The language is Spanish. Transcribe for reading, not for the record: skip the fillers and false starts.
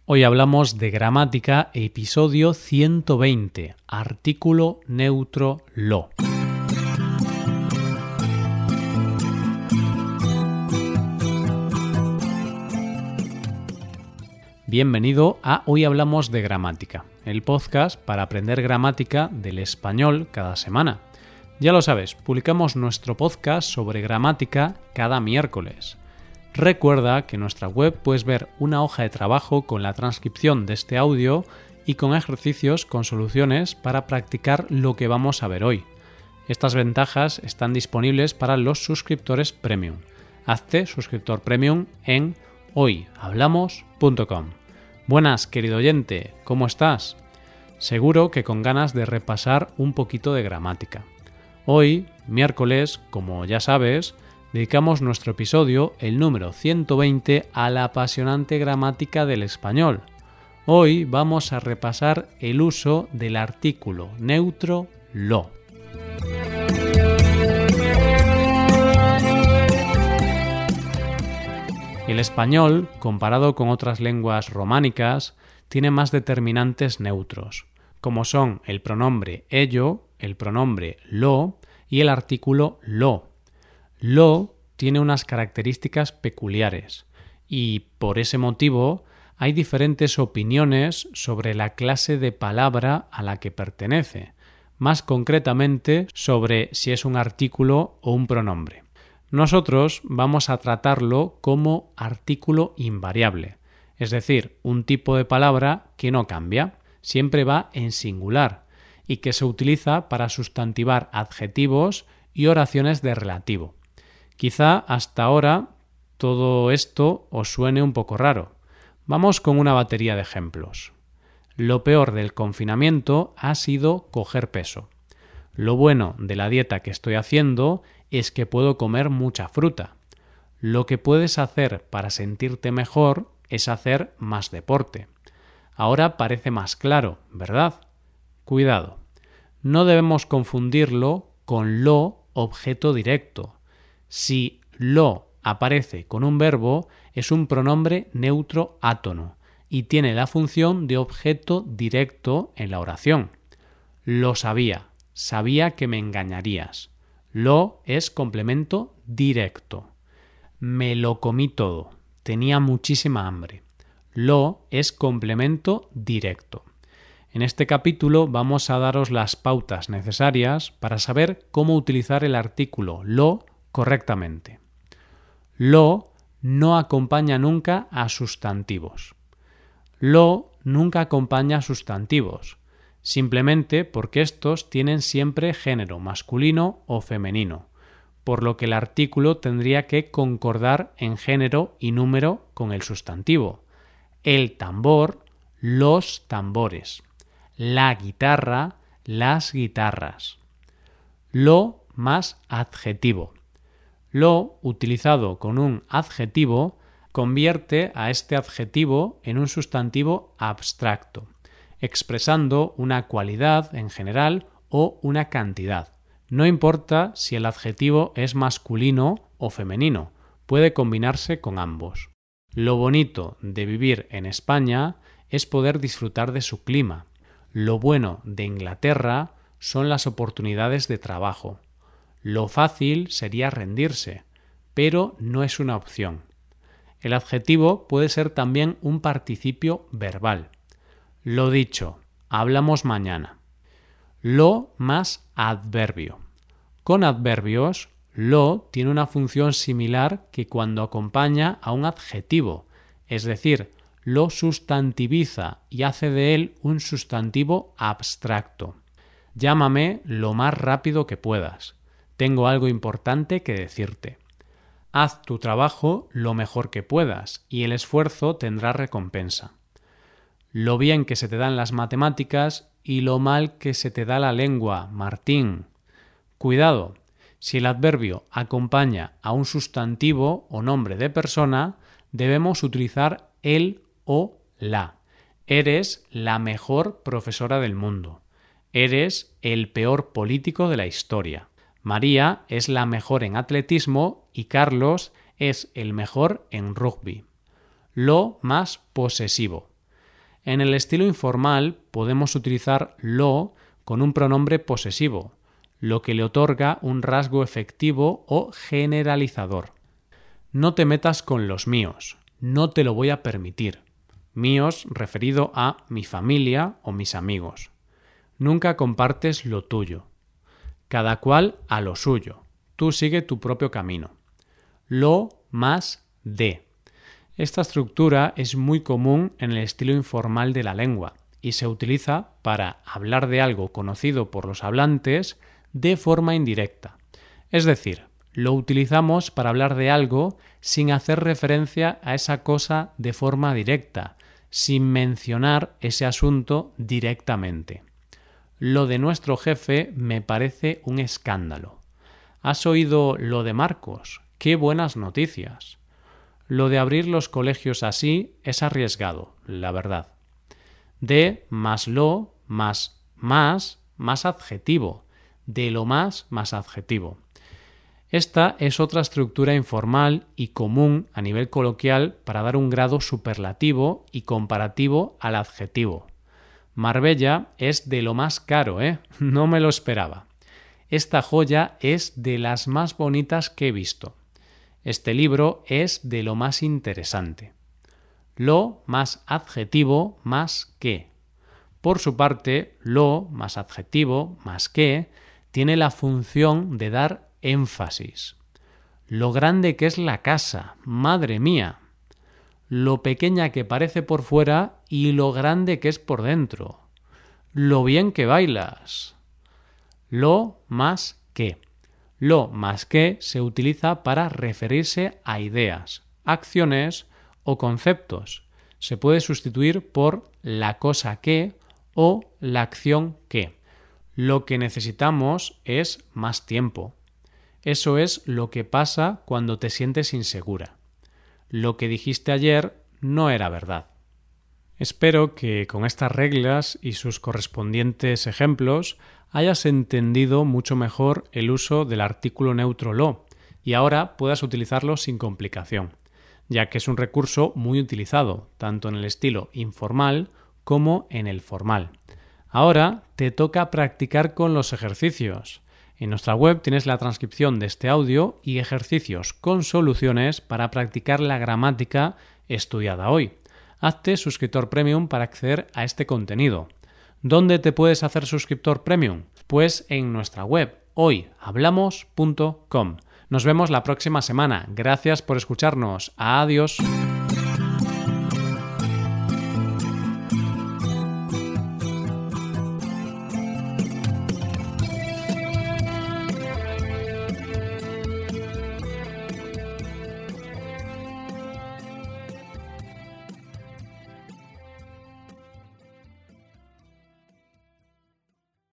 Hoy hablamos de gramática, episodio 120, artículo neutro lo. Bienvenido a Hoy hablamos de gramática, el podcast para aprender gramática del español cada semana. Ya lo sabes, publicamos nuestro podcast sobre gramática cada miércoles. Recuerda que en nuestra web puedes ver una hoja de trabajo con la transcripción de este audio y con ejercicios con soluciones para practicar lo que vamos a ver hoy. Estas ventajas están disponibles para los suscriptores premium. Hazte suscriptor premium en hoyhablamos.com. Buenas, querido oyente, ¿cómo estás? Seguro que con ganas de repasar un poquito de gramática. Hoy, miércoles, como ya sabes, dedicamos nuestro episodio, el número 120, a la apasionante gramática del español. Hoy vamos a repasar el uso del artículo neutro lo. El español, comparado con otras lenguas románicas, tiene más determinantes neutros, como son el pronombre ello, el pronombre lo y el artículo lo. Lo tiene unas características peculiares y, por ese motivo, hay diferentes opiniones sobre la clase de palabra a la que pertenece, más concretamente sobre si es un artículo o un pronombre. Nosotros vamos a tratarlo como artículo invariable, es decir, un tipo de palabra que no cambia, siempre va en singular y que se utiliza para sustantivar adjetivos y oraciones de relativo. Quizá hasta ahora todo esto os suene un poco raro. Vamos con una batería de ejemplos. Lo peor del confinamiento ha sido coger peso. Lo bueno de la dieta que estoy haciendo es que puedo comer mucha fruta. Lo que puedes hacer para sentirte mejor es hacer más deporte. Ahora parece más claro, ¿verdad? Cuidado. No debemos confundirlo con lo objeto directo. Si lo aparece con un verbo, es un pronombre neutro átono y tiene la función de objeto directo en la oración. Lo sabía, sabía que me engañarías. Lo es complemento directo. Me lo comí todo, tenía muchísima hambre. Lo es complemento directo. En este capítulo vamos a daros las pautas necesarias para saber cómo utilizar el artículo lo correctamente. Lo no acompaña nunca a sustantivos. Lo nunca acompaña a sustantivos, simplemente porque estos tienen siempre género masculino o femenino, por lo que el artículo tendría que concordar en género y número con el sustantivo. El tambor, los tambores. La guitarra, las guitarras. Lo más adjetivo. Lo, utilizado con un adjetivo, convierte a este adjetivo en un sustantivo abstracto, expresando una cualidad en general o una cantidad. No importa si el adjetivo es masculino o femenino, puede combinarse con ambos. Lo bonito de vivir en España es poder disfrutar de su clima. Lo bueno de Inglaterra son las oportunidades de trabajo. Lo fácil sería rendirse, pero no es una opción. El adjetivo puede ser también un participio verbal. Lo dicho, hablamos mañana. Lo más adverbio. Con adverbios, lo tiene una función similar que cuando acompaña a un adjetivo, es decir, lo sustantiviza y hace de él un sustantivo abstracto. Llámame lo más rápido que puedas. Tengo algo importante que decirte. Haz tu trabajo lo mejor que puedas y el esfuerzo tendrá recompensa. Lo bien que se te dan las matemáticas y lo mal que se te da la lengua, Martín. Cuidado, si el adverbio acompaña a un sustantivo o nombre de persona, debemos utilizar el o la. Eres la mejor profesora del mundo. Eres el peor político de la historia. María es la mejor en atletismo y Carlos es el mejor en rugby. Lo más posesivo. En el estilo informal podemos utilizar lo con un pronombre posesivo, lo que le otorga un rasgo efectivo o generalizador. No te metas con los míos, no te lo voy a permitir. Míos referido a mi familia o mis amigos. Nunca compartes lo tuyo. Cada cual a lo suyo. Tú sigue tu propio camino. Lo más de. Esta estructura es muy común en el estilo informal de la lengua y se utiliza para hablar de algo conocido por los hablantes de forma indirecta. Es decir, lo utilizamos para hablar de algo sin hacer referencia a esa cosa de forma directa, sin mencionar ese asunto directamente. Lo de nuestro jefe me parece un escándalo. ¿Has oído lo de Marcos? ¡Qué buenas noticias! Lo de abrir los colegios así es arriesgado, la verdad. De más lo más adjetivo. De lo más adjetivo. Esta es otra estructura informal y común a nivel coloquial para dar un grado superlativo y comparativo al adjetivo. Marbella es de lo más caro, No me lo esperaba. Esta joya es de las más bonitas que he visto. Este libro es de lo más interesante. Lo más adjetivo más que. Por su parte, lo más adjetivo más que tiene la función de dar énfasis. Lo grande que es la casa, madre mía. Lo pequeña que parece por fuera y lo grande que es por dentro. Lo bien que bailas. Lo más que. Lo más que se utiliza para referirse a ideas, acciones o conceptos. Se puede sustituir por la cosa que o la acción que. Lo que necesitamos es más tiempo. Eso es lo que pasa cuando te sientes insegura. Lo que dijiste ayer no era verdad. Espero que con estas reglas y sus correspondientes ejemplos hayas entendido mucho mejor el uso del artículo neutro lo y ahora puedas utilizarlo sin complicación, ya que es un recurso muy utilizado, tanto en el estilo informal como en el formal. Ahora te toca practicar con los ejercicios. En nuestra web tienes la transcripción de este audio y ejercicios con soluciones para practicar la gramática estudiada hoy. Hazte suscriptor premium para acceder a este contenido. ¿Dónde te puedes hacer suscriptor premium? Pues en nuestra web hoyhablamos.com. Nos vemos la próxima semana. Gracias por escucharnos. Adiós.